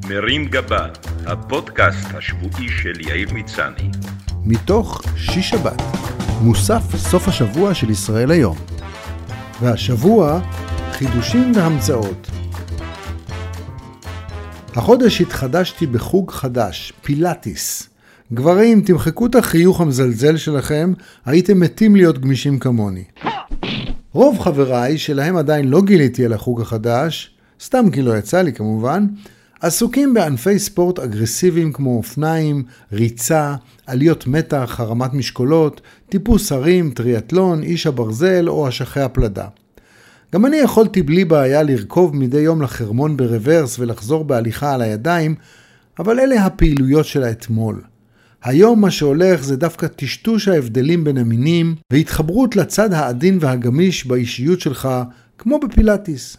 מרים גבה, הפודקאסט השבועי של יאיר מצני. מתוך שיש שבת, מוסף סוף השבוע של ישראל היום. והשבוע, חידושים והמצאות. החודש התחדשתי בחוג חדש, פילאטיס. גברים, תמחקו את החיוך המזלזל שלכם, הייתם מתים להיות גמישים כמוני. רוב חבריי, שלהם עדיין לא גיליתי על החוג החדש, סתם כי לא יצא לי כמובן, עסוקים בענפי ספורט אגרסיביים כמו אופניים, ריצה, עליות מתח, הרמת משקולות, טיפוס הרים, טריאטלון, איש הברזל או אשכי הפלדה. גם אני יכולתי בלי בעיה לרכוב מדי יום לחרמון ברוורס ולחזור בהליכה על הידיים, אבל אלה הפעילויות של האתמול. היום מה שהולך זה דווקא טשטוש ההבדלים בין המינים והתחברות לצד העדין והגמיש באישיות שלך, כמו בפילאטיס.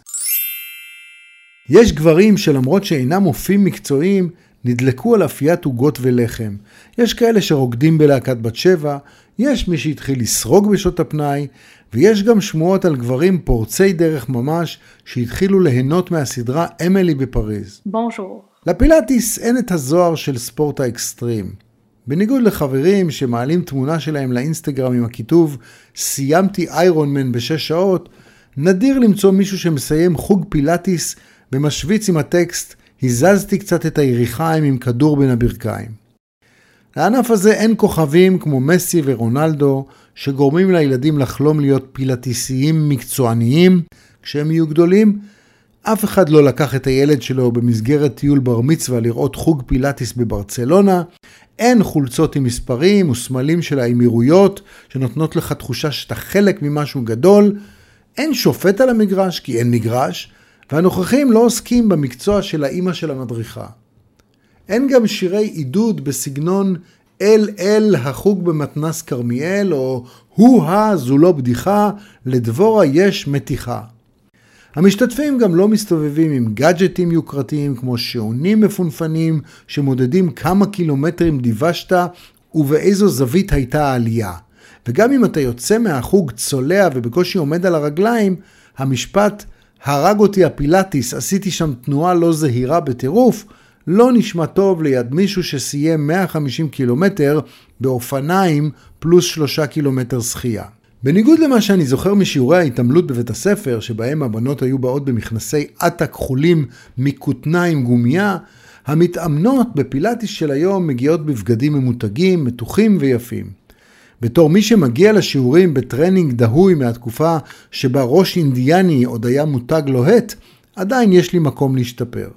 יש גברים שלמרות שאינם אופים מקצועיים, נדלקו על אפיית עוגות ולחם. יש כאלה שרוקדים בלהקת בת שבע, יש מי שהתחיל לסרוג בשעות הפנאי, ויש גם שמועות על גברים פורצי דרך ממש שהתחילו ליהנות מהסדרה אמילי בפריז. בונז'ור. לפילאטיס אין את הזוהר של ספורט האקסטרים. בניגוד לחברים שמעלים תמונה שלהם לאינסטגרם עם הכיתוב סיימתי איירון מן ב6 שעות, נדיר למצוא מישהו שמסיים חוג פילאטיס ומשוויץ עם הטקסט הזזתי קצת את היריחיים עם כדור בין הברכיים. לענף הזה אין כוכבים כמו מסי ורונלדו שגורמים לילדים לחלום להיות פילאטיסיים מקצועניים כשהם יהיו גדולים. אף אחד לא לקח את הילד שלו במסגרת טיול בר מצווה לראות חוג פילאטיס בברצלונה. אין חולצות עם מספרים וסמלים של האמירויות שנותנות לך תחושה שאתה חלק ממשהו גדול. אין שופט על המגרש כי אין מגרש, והנוכחים לא עוסקים במקצוע של האמא של המדריכה. אין גם שירי עידוד בסגנון אל החוג במתנס קרמיאל או זו לא בדיחה, לדבורה יש מתיחה. המשתתפים גם לא מסתובבים עם גאדג'טים יוקרתיים כמו שעונים מפונפנים שמודדים כמה קילומטרים דיוושת ובאיזו זווית הייתה העלייה. וגם אם אתה יוצא מהחוג צולע ובקושי עומד על הרגליים, המשפט הרג אותי הפילאטיס, עשיתי שם תנועה לא זהירה בטירוף, לא נשמע טוב ליד מישהו שסיים 150 קילומטר באופניים פלוס 3 קילומטר שחייה. בניגוד למה שאני זוכר משיעורי ההתעמלות בבית הספר, שבהם הבנות היו באות במכנסי עטק כחולים מכותנה עם גומיה, המתאמנות בפילאטיס של היום מגיעות בבגדים ממותגים, מתוחים ויפים. בתור מי שמגיע לשיעורים בטרנינג דהוי מהתקופה שבה ראש אינדיאני עוד היה מותג לוהט, עדיין יש לי מקום להשתפר.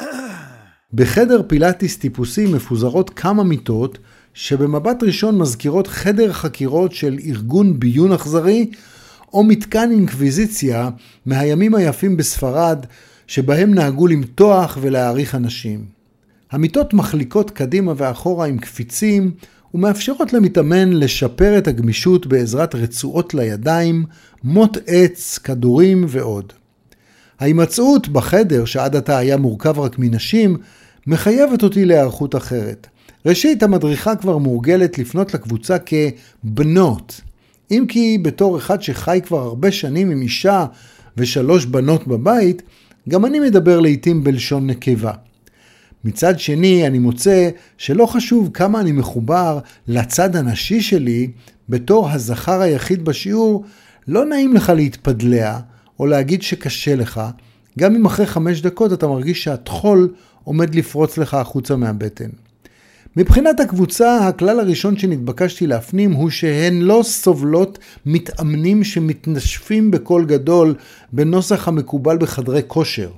בחדר פילאטיס טיפוסי מפוזרות כמה מיטות שבמבט ראשון מזכירות חדר חקירות של ארגון ביון אכזרי או מתקן אינקוויזיציה מהימים היפים בספרד שבהם נהגו למתוח ולהעריך אנשים. המיטות מחליקות קדימה ואחורה עם קפיצים ומאפשרות למתאמן לשפר את הגמישות בעזרת רצועות לידיים, מוט עץ, כדורים ועוד. ההימצאות בחדר שעד עתה היה מורכב רק מנשים מחייבת אותי להיערכות אחרת. ראשית, המדריכה כבר מורגלת לפנות לקבוצה כבנות. אם כי בתור אחד שחי כבר הרבה שנים עם אישה ו3 בנות בבית, גם אני מדבר לעתים בלשון נקבה. מצד שני, אני מוצא שלא חשוב כמה אני מחובר לצד הנשי שלי, בתור הזכר היחיד בשיעור, לא נעים לך להתפדלע או להגיד שקשה לך, גם אם אחרי 5 דקות אתה מרגיש שהתחול עומד לפרוץ לך החוצה מהבטן. מבחינת הקבוצה, הכלל הראשון שנתבקשתי להפנים הוא שהן לא סובלות מתאמנים שמתנשפים בקול גדול בנוסח המקובל בחדרי כושר.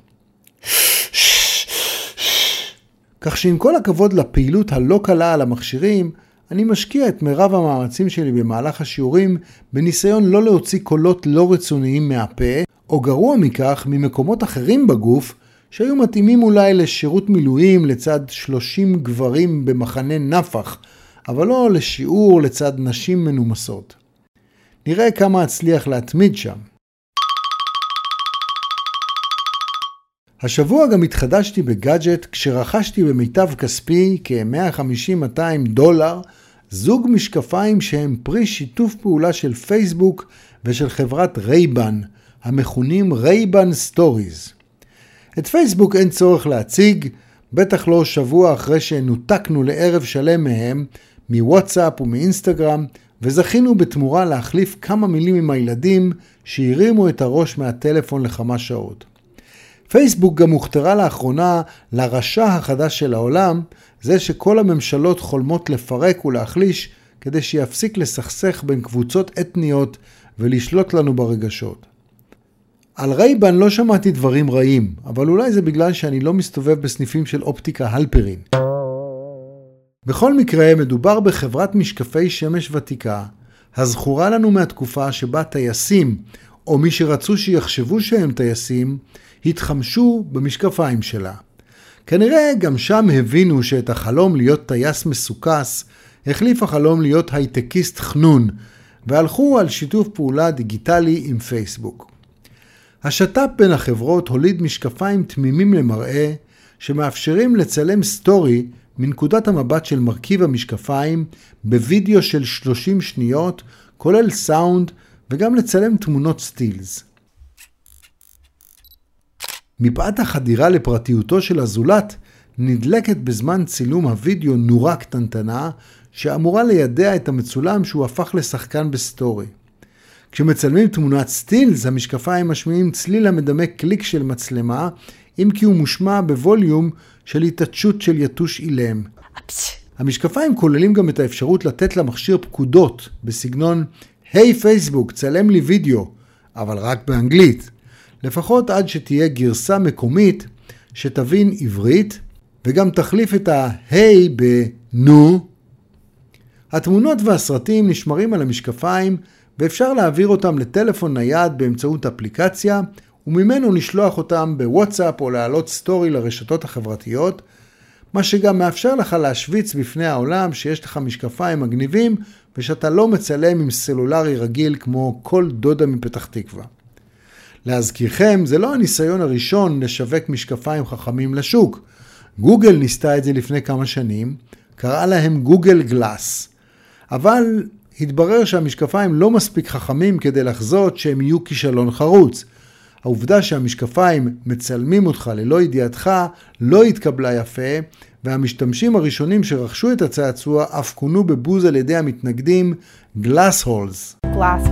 כך שעם כל הכבוד לפעילות הלא קלה על המכשירים, אני משקיע את מרב המאמצים שלי במהלך השיעורים בניסיון לא להוציא קולות לא רצוניים מהפה, או גרוע מכך ממקומות אחרים בגוף שהיו מתאימים אולי לשירות מילואים לצד 30 גברים במחנה נפח, אבל לא לשיעור לצד נשים מנומסות. נראה כמה אצליח להתמיד שם. השבוע גם התחדשתי בגאדג'ט כשרכשתי במיטב כספי כ$150-200 זוג משקפיים שהם פרי שיתוף פעולה של פייסבוק ושל חברת רייבן, המכונים רייבן סטוריז. את פייסבוק אין צורך להציג, בטח לא שבוע אחרי שנותקנו לערב שלם מהם, מוואטסאפ ומאינסטגרם, וזכינו בתמורה להחליף כמה מילים עם הילדים שהרימו את הראש מהטלפון לכמה שעות. פייסבוק גם הוכתרה לאחרונה לרשע החדש של העולם, זה שכל הממשלות חולמות לפרק ולהחליש כדי שיפסיק לסכסך בין קבוצות אתניות ולשלוט לנו ברגשות. על רייבן לא שמעתי דברים רעים, אבל אולי זה בגלל שאני לא מסתובב בסניפים של אופטיקה הלפרין. בכל מקרה, מדובר בחברת משקפי שמש ותיקה, הזכורה לנו מהתקופה שבה טייסים, או מי שרצו שיחשבו שהם טייסים, התחמשו במשקפיים שלה. כנראה גם שם הבינו שאת החלום להיות טייס מסוכס, החליף החלום להיות הייטקיסט חנון, והלכו על שיתוף פעולה דיגיטלי עם פייסבוק. השת"פ בין החברות הוליד משקפיים תמימים למראה, שמאפשרים לצלם סטורי מנקודת המבט של מרכיב המשקפיים בווידאו של 30 שניות, כולל סאונד, וגם לצלם תמונות סטילס. מפאת החדירה לפרטיותו של הזולת, נדלקת בזמן צילום הווידאו נורה קטנטנה, שאמורה לידע את המצולם שהוא הפך לשחקן בסטורי. כשמצלמים תמונת סטילס, המשקפיים משמיעים צליל המדמה קליק של מצלמה, אם כי הוא מושמע בווליום של התעטשות של יתוש אילם. המשקפיים כוללים גם את האפשרות לתת למכשיר פקודות בסגנון היי פייסבוק, צלם לי וידאו, אבל רק באנגלית. לפחות עד שתהיה גרסה מקומית שתבין עברית וגם תחליף את ההיי בנו. התמונות והסרטים נשמרים על המשקפיים ואפשר להעביר אותם לטלפון נייד באמצעות אפליקציה וממנו לשלוח אותם בוואטסאפ או להעלות סטורי לרשתות החברתיות, מה שגם מאפשר לך להשוויץ בפני העולם שיש לך משקפיים מגניבים ושאתה לא מצלם עם סלולרי רגיל כמו כל דודה מפתח תקווה. להזכירכם, זה לא הניסיון הראשון לשווק משקפיים חכמים לשוק. גוגל ניסתה את זה לפני כמה שנים, קראה להם גוגל גלאס. אבל התברר שהמשקפיים לא מספיק חכמים כדי לחזות שהם יהיו כישלון חרוץ. העובדה שהמשקפיים מצלמים אותך ללא ידיעתך לא התקבלה יפה, והמשתמשים הראשונים שרכשו את הצעצוע אף כונו בבוז על ידי המתנגדים Glass Holes.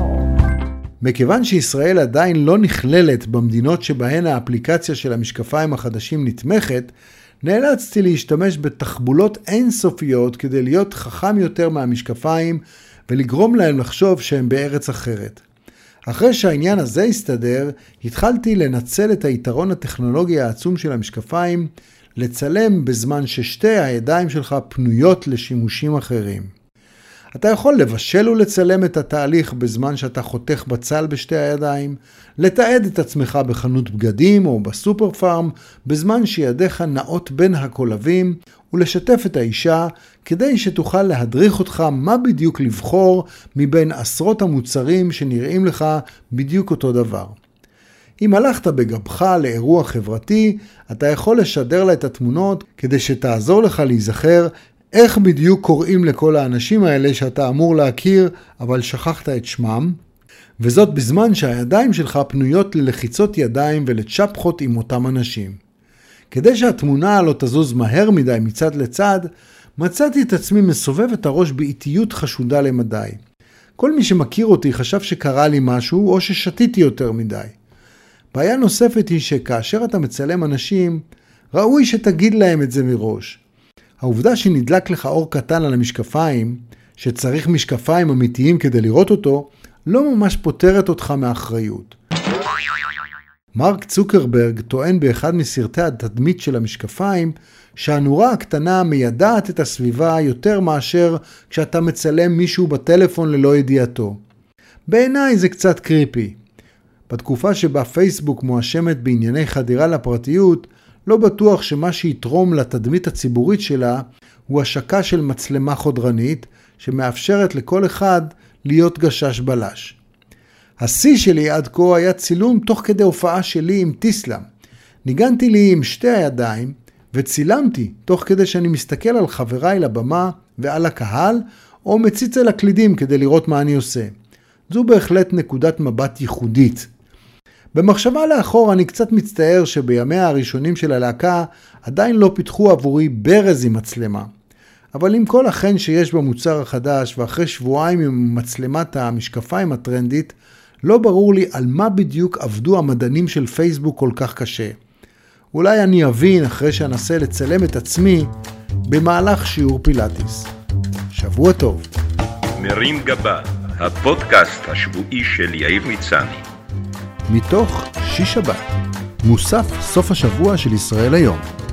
מכיוון שישראל עדיין לא נכללת במדינות שבהן האפליקציה של המשקפיים החדשים נתמכת, נאלצתי להשתמש בתחבולות אינסופיות כדי להיות חכם יותר מהמשקפיים ולגרום להם לחשוב שהם בארץ אחרת. אחרי שהעניין הזה הסתדר, התחלתי לנצל את היתרון הטכנולוגי העצום של המשקפיים, לצלם בזמן ששתי הידיים שלך פנויות לשימושים אחרים. אתה יכול לבשל ולצלם את התהליך בזמן שאתה חותך בצל בשתי הידיים, לתעד את עצמך בחנות בגדים או בסופר פארם בזמן שידיך נעות בין הקולבים, ולשתף את האישה כדי שתוכל להדריך אותך מה בדיוק לבחור מבין עשרות המוצרים שנראים לך בדיוק אותו דבר. אם הלכת בגבך לאירוע חברתי, אתה יכול לשדר לה את התמונות כדי שתעזור לך להיזכר איך בדיוק קוראים לכל האנשים האלה שאתה אמור להכיר אבל שכחת את שמם, וזאת בזמן שהידיים שלך פנויות ללחיצות ידיים ולצ'פחות עם אותם אנשים. כדי שהתמונה לא תזוז מהר מדי מצד לצד, מצאתי את עצמי מסובב את הראש באיטיות חשודה למדי. כל מי שמכיר אותי חשב שקרה לי משהו או ששתיתי יותר מדי. בעיה נוספת היא שכאשר אתה מצלם אנשים, ראוי שתגיד להם את זה מראש. העובדה שנדלק לך אור קטן על המשקפיים, שצריך משקפיים אמיתיים כדי לראות אותו, לא ממש פותרת אותך מאחריות. מרק צוקרברג טוען באחד מסרטי התדמית של המשקפיים, שהנורה הקטנה מיידעת את הסביבה יותר מאשר כשאתה מצלם מישהו בטלפון ללא ידיעתו. בעיניי זה קצת קריפי. בתקופה שבה פייסבוק מואשמת בענייני חדירה לפרטיות, לא בטוח שמה שיתרום לתדמית הציבורית שלה הוא השקה של מצלמה חודרנית שמאפשרת לכל אחד להיות גשש בלש. השיא שלי עד כה היה צילום תוך כדי הופעה שלי עם טיסלאם. ניגנתי לי עם שתי הידיים וצילמתי תוך כדי שאני מסתכל על חבריי לבמה ועל הקהל או מציץ על הקלידים כדי לראות מה אני עושה. זו בהחלט נקודת מבט ייחודית. במחשבה לאחור אני קצת מצטער שבימיה הראשונים של הלהקה עדיין לא פיתחו עבורי ברז עם מצלמה. אבל עם כל החן שיש במוצר החדש ואחרי שבועיים עם מצלמת המשקפיים הטרנדית, לא ברור לי על מה בדיוק עבדו המדענים של פייסבוק כל כך קשה. אולי אני אבין אחרי שאנסה לצלם את עצמי במהלך שיעור פילאטיס. שבוע טוב. מרים גבה, הפודקאסט השבועי של יאיר מצני. מתוך שיש שבת, מוסף סוף השבוע של ישראל היום.